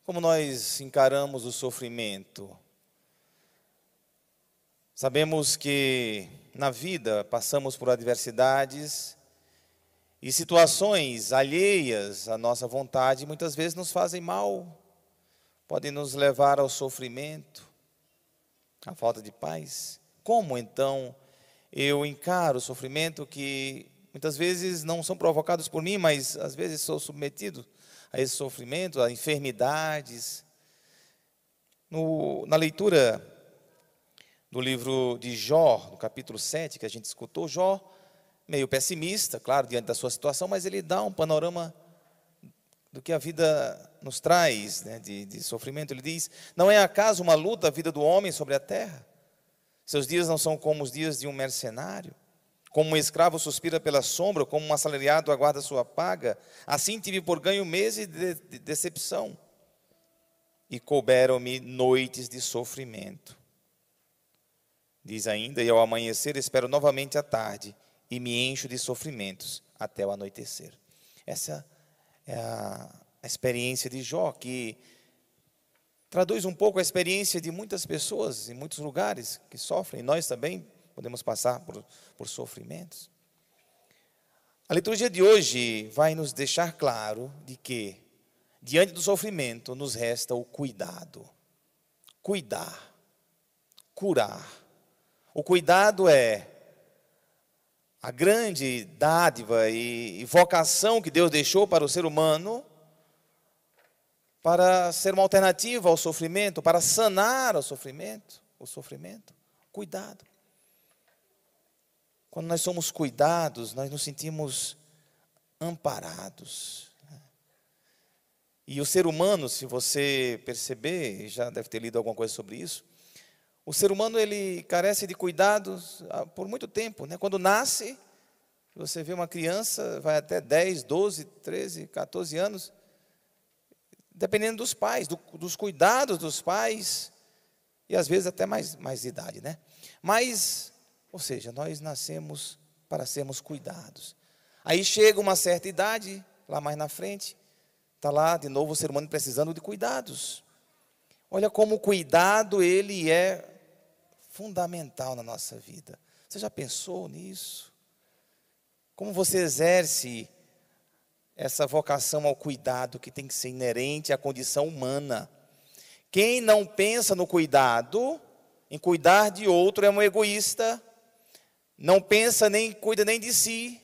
Como nós encaramos o sofrimento? Sabemos que na vida passamos por adversidades e situações alheias à nossa vontade muitas vezes nos fazem mal, podem nos levar ao sofrimento, à falta de paz. Como então eu encaro o sofrimento que muitas vezes não são provocados por mim, mas às vezes sou submetido a esse sofrimento, a enfermidades? Na leitura do livro de Jó, no capítulo 7, que a gente escutou, Jó, meio pessimista, claro, diante da sua situação, mas ele dá um panorama do que a vida nos traz, né, de sofrimento. Ele diz: não é acaso uma luta a vida do homem sobre a terra? Seus dias não são como os dias de um mercenário? Como um escravo suspira pela sombra, como um assalariado aguarda sua paga, assim tive por ganho meses de decepção, e couberam-me noites de sofrimento. Diz ainda: e ao amanhecer espero novamente a tarde, e me encho de sofrimentos até o anoitecer. Essa é a experiência de Jó, que traduz um pouco a experiência de muitas pessoas em muitos lugares que sofrem. Nós também podemos passar por sofrimentos. A liturgia de hoje vai nos deixar claro de que, diante do sofrimento, nos resta o cuidado. Cuidar, curar. O cuidado é a grande dádiva e vocação que Deus deixou para o ser humano, para ser uma alternativa ao sofrimento, para sanar o sofrimento. Cuidado. Quando nós somos cuidados, nós nos sentimos amparados. E o ser humano, se você perceber, já deve ter lido alguma coisa sobre isso, o ser humano, ele carece de cuidados por muito tempo, né? Quando nasce, você vê uma criança, vai até 10, 12, 13, 14 anos, dependendo dos pais, dos cuidados dos pais, e às vezes até mais de idade, né? Mas, ou seja, nós nascemos para sermos cuidados. Aí chega uma certa idade, lá mais na frente, está lá de novo o ser humano precisando de cuidados. Olha como o cuidado, ele é fundamental na nossa vida. Você já pensou nisso? Como você exerce essa vocação ao cuidado que tem que ser inerente à condição humana? Quem não pensa no cuidado, em cuidar de outro, é um egoísta, não pensa nem cuida nem de si.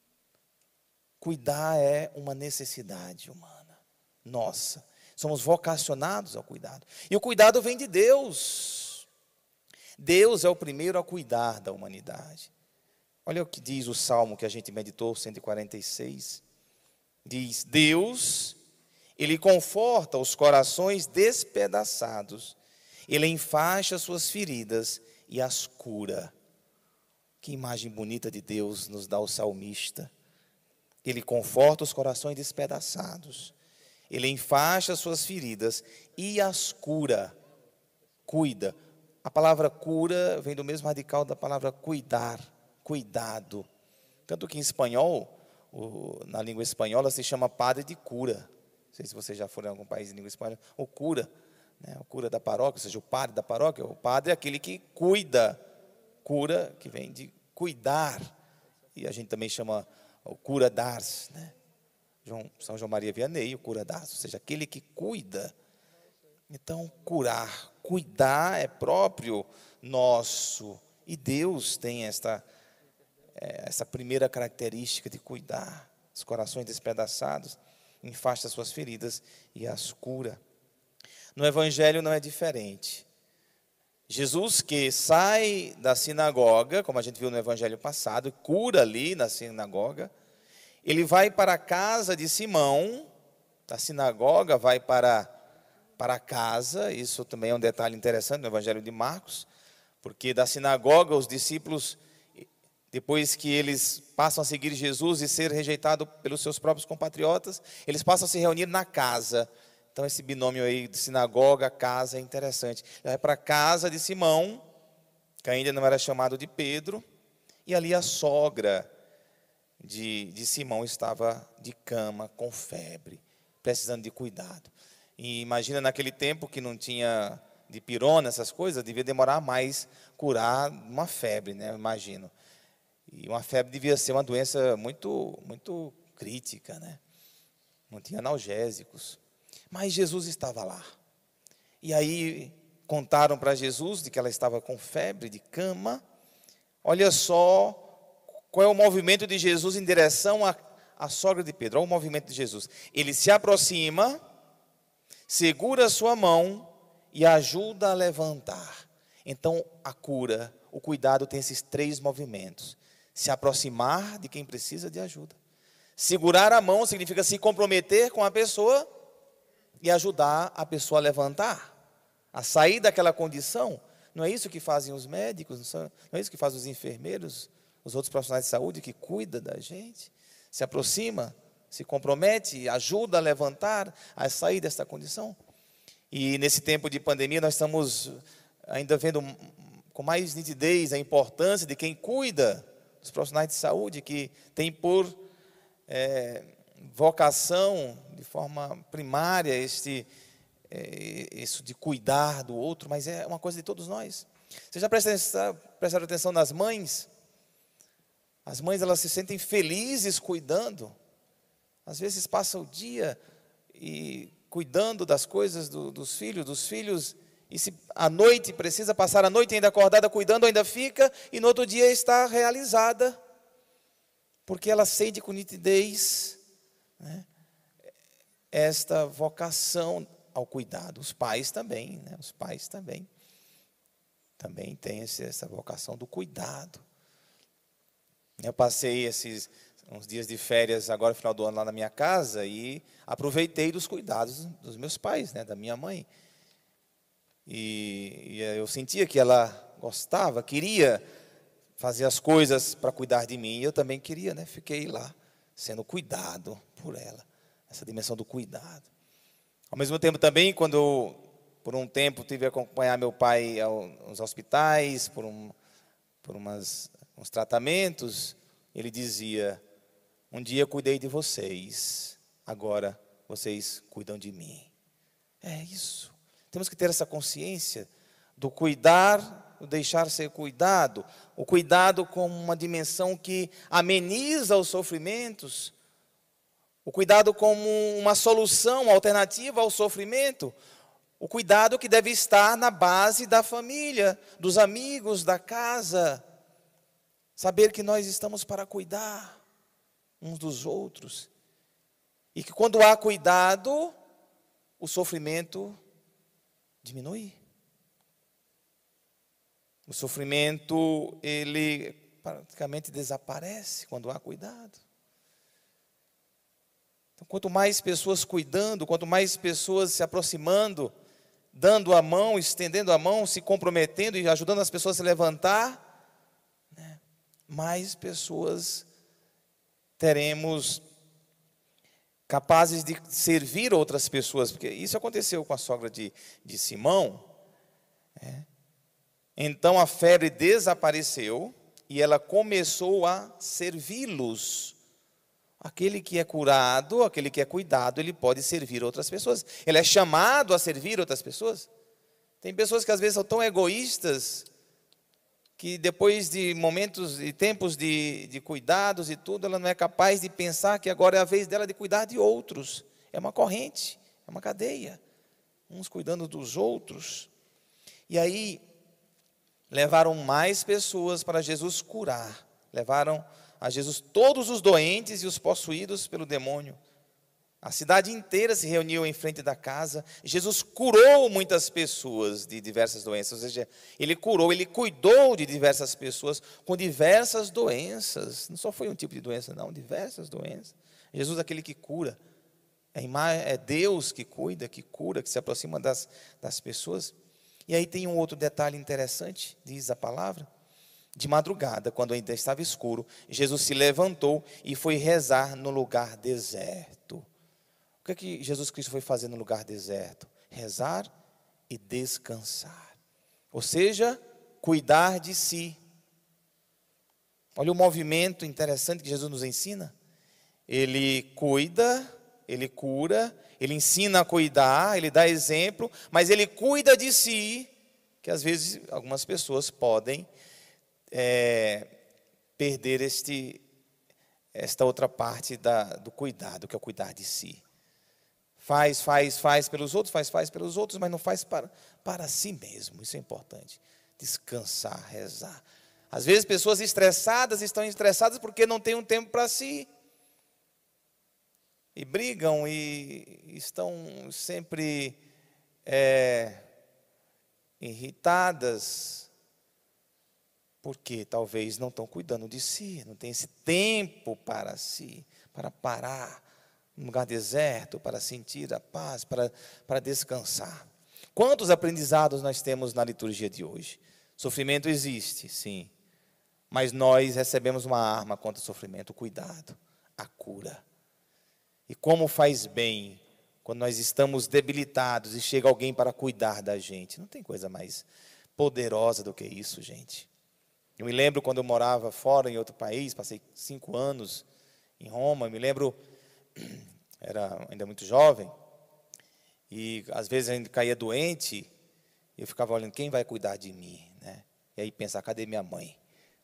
Cuidar é uma necessidade humana, nossa. Somos vocacionados ao cuidado. E o cuidado vem de Deus. Deus é o primeiro a cuidar da humanidade. Olha o que diz o Salmo que a gente meditou, 146. Diz: Deus, Ele conforta os corações despedaçados. Ele enfaixa suas feridas e as cura. Que imagem bonita de Deus nos dá o salmista. Ele conforta os corações despedaçados. Ele enfaixa suas feridas e as cura. Cuida. A palavra cura vem do mesmo radical da palavra cuidar, cuidado. Tanto que em espanhol, na língua espanhola, se chama padre de cura. Não sei se você já for em algum país de língua espanhola. O cura, né, o cura da paróquia, ou seja, o padre da paróquia. O padre é aquele que cuida. Cura, que vem de cuidar. E a gente também chama o cura d'ars, né? São João Maria Vianney, o cura d'ars, ou seja, aquele que cuida. Então, curar, cuidar é próprio nosso. E Deus tem essa primeira característica de cuidar. Os corações despedaçados, enfaixa suas feridas e as cura. No Evangelho não é diferente. Jesus, que sai da sinagoga, como a gente viu no Evangelho passado, cura ali na sinagoga, ele vai para a casa de Simão, da sinagoga vai para casa. Isso também é um detalhe interessante no Evangelho de Marcos, porque da sinagoga os discípulos, depois que eles passam a seguir Jesus e ser rejeitados pelos seus próprios compatriotas, eles passam a se reunir na casa. Então esse binômio aí de sinagoga, casa é interessante. Ele vai para a casa de Simão, que ainda não era chamado de Pedro, e ali a sogra de Simão estava de cama, com febre, precisando de cuidado. E imagina naquele tempo que não tinha dipirona, essas coisas, devia demorar mais curar uma febre, né? Eu imagino. E uma febre devia ser uma doença muito, muito crítica, né? Não tinha analgésicos. Mas Jesus estava lá. E aí contaram para Jesus de que ela estava com febre de cama. Olha só qual é o movimento de Jesus em direção à sogra de Pedro. Olha o movimento de Jesus. Ele se aproxima, segura a sua mão e ajuda a levantar. Então, a cura, o cuidado tem esses 3 movimentos. Se aproximar de quem precisa de ajuda. Segurar a mão significa se comprometer com a pessoa e ajudar a pessoa a levantar, a sair daquela condição. Não é isso que fazem os médicos, não é isso que fazem os enfermeiros, os outros profissionais de saúde que cuidam da gente. Se aproxima, se compromete, ajuda a levantar, a sair dessa condição. E nesse tempo de pandemia nós estamos ainda vendo com mais nitidez a importância de quem cuida dos profissionais de saúde, que tem por vocação, de forma primária, isso de cuidar do outro, mas é uma coisa de todos nós. Vocês já prestaram atenção nas mães? As mães, elas se sentem felizes cuidando. Às vezes passa o dia cuidando das coisas dos filhos, e se à noite precisa passar a noite ainda acordada cuidando, ainda fica, e no outro dia está realizada, porque ela sente com nitidez, né, esta vocação ao cuidado. Os pais também, né, os pais também têm essa vocação do cuidado. Eu passei uns dias de férias agora, no final do ano, lá na minha casa, e aproveitei dos cuidados dos meus pais, né, da minha mãe. E eu sentia que ela gostava, queria fazer as coisas para cuidar de mim, e eu também queria, né? Fiquei lá, sendo cuidado por ela, essa dimensão do cuidado. Ao mesmo tempo também, quando eu, por um tempo, tive que acompanhar meu pai aos hospitais, por uns tratamentos, ele dizia: um dia eu cuidei de vocês, agora vocês cuidam de mim. É isso. Temos que ter essa consciência do cuidar, do deixar ser cuidado, o cuidado como uma dimensão que ameniza os sofrimentos, o cuidado como uma solução, uma alternativa ao sofrimento, o cuidado que deve estar na base da família, dos amigos, da casa. Saber que nós estamos para cuidar uns dos outros, e que quando há cuidado, o sofrimento diminui. O sofrimento, ele praticamente desaparece quando há cuidado. Então, quanto mais pessoas cuidando, quanto mais pessoas se aproximando, dando a mão, estendendo a mão, se comprometendo e ajudando as pessoas a se levantar, né, mais pessoas teremos capazes de servir outras pessoas, porque isso aconteceu com a sogra de Simão. Então a febre desapareceu e ela começou a servi-los. Aquele que é curado, aquele que é cuidado, ele pode servir outras pessoas. Ele é chamado a servir outras pessoas. Tem pessoas que às vezes são tão egoístas, que depois de momentos e tempos de cuidados e tudo, ela não é capaz de pensar que agora é a vez dela de cuidar de outros. É uma corrente, é uma cadeia. Uns cuidando dos outros. E aí, levaram mais pessoas para Jesus curar. Levaram a Jesus todos os doentes e os possuídos pelo demônio. A cidade inteira se reuniu em frente da casa. Jesus curou muitas pessoas de diversas doenças. Ou seja, ele cuidou de diversas pessoas com diversas doenças. Não só foi um tipo de doença, não, diversas doenças. Jesus é aquele que cura. É Deus que cuida, que cura, que se aproxima das pessoas. E aí tem um outro detalhe interessante, diz a palavra. De madrugada, quando ainda estava escuro, Jesus se levantou e foi rezar no lugar deserto. O que é que Jesus Cristo foi fazer no lugar deserto? Rezar e descansar. Ou seja, cuidar de si. Olha o movimento interessante que Jesus nos ensina. Ele cuida, ele cura, ele ensina a cuidar, ele dá exemplo, mas ele cuida de si, que às vezes algumas pessoas podem perder esta outra parte do cuidado, que é o cuidar de si. Faz pelos outros, faz pelos outros, mas não faz para si mesmo. Isso é importante. Descansar, rezar. Às vezes pessoas estão estressadas porque não têm um tempo para si. E brigam e estão sempre irritadas, porque talvez não estão cuidando de si, não tem esse tempo para si, para parar num lugar deserto, para sentir a paz, para descansar. Quantos aprendizados nós temos na liturgia de hoje? Sofrimento existe, sim, mas nós recebemos uma arma contra o sofrimento, o cuidado, a cura. E como faz bem quando nós estamos debilitados e chega alguém para cuidar da gente. Não tem coisa mais poderosa do que isso, gente. Eu me lembro quando eu morava fora, em outro país, passei 5 anos em Roma, eu me lembro, era ainda muito jovem, e às vezes a gente caía doente, e eu ficava olhando, quem vai cuidar de mim? Né? E aí pensar, cadê minha mãe?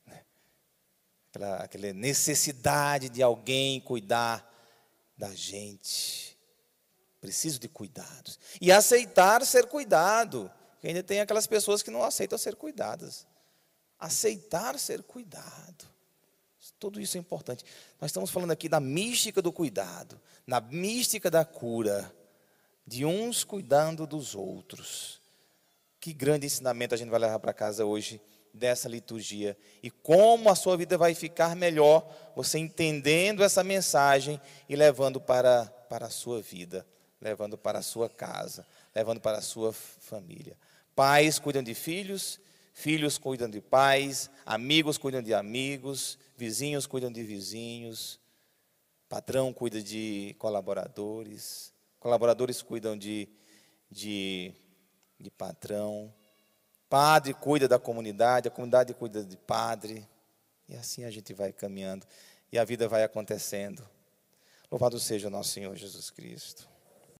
Aquela necessidade de alguém cuidar da gente. Preciso de cuidados. E aceitar ser cuidado. Porque ainda tem aquelas pessoas que não aceitam ser cuidadas. Aceitar ser cuidado. Tudo isso é importante. Nós estamos falando aqui da mística do cuidado, na mística da cura, de uns cuidando dos outros. Que grande ensinamento a gente vai levar para casa hoje dessa liturgia. E como a sua vida vai ficar melhor, você entendendo essa mensagem e levando para a sua vida, levando para a sua casa, levando para a sua família. Pais cuidam de filhos, filhos cuidam de pais, amigos cuidam de amigos, vizinhos cuidam de vizinhos, patrão cuida de colaboradores, colaboradores cuidam de patrão, padre cuida da comunidade, a comunidade cuida de padre, e assim a gente vai caminhando, e a vida vai acontecendo. Louvado seja o nosso Senhor Jesus Cristo.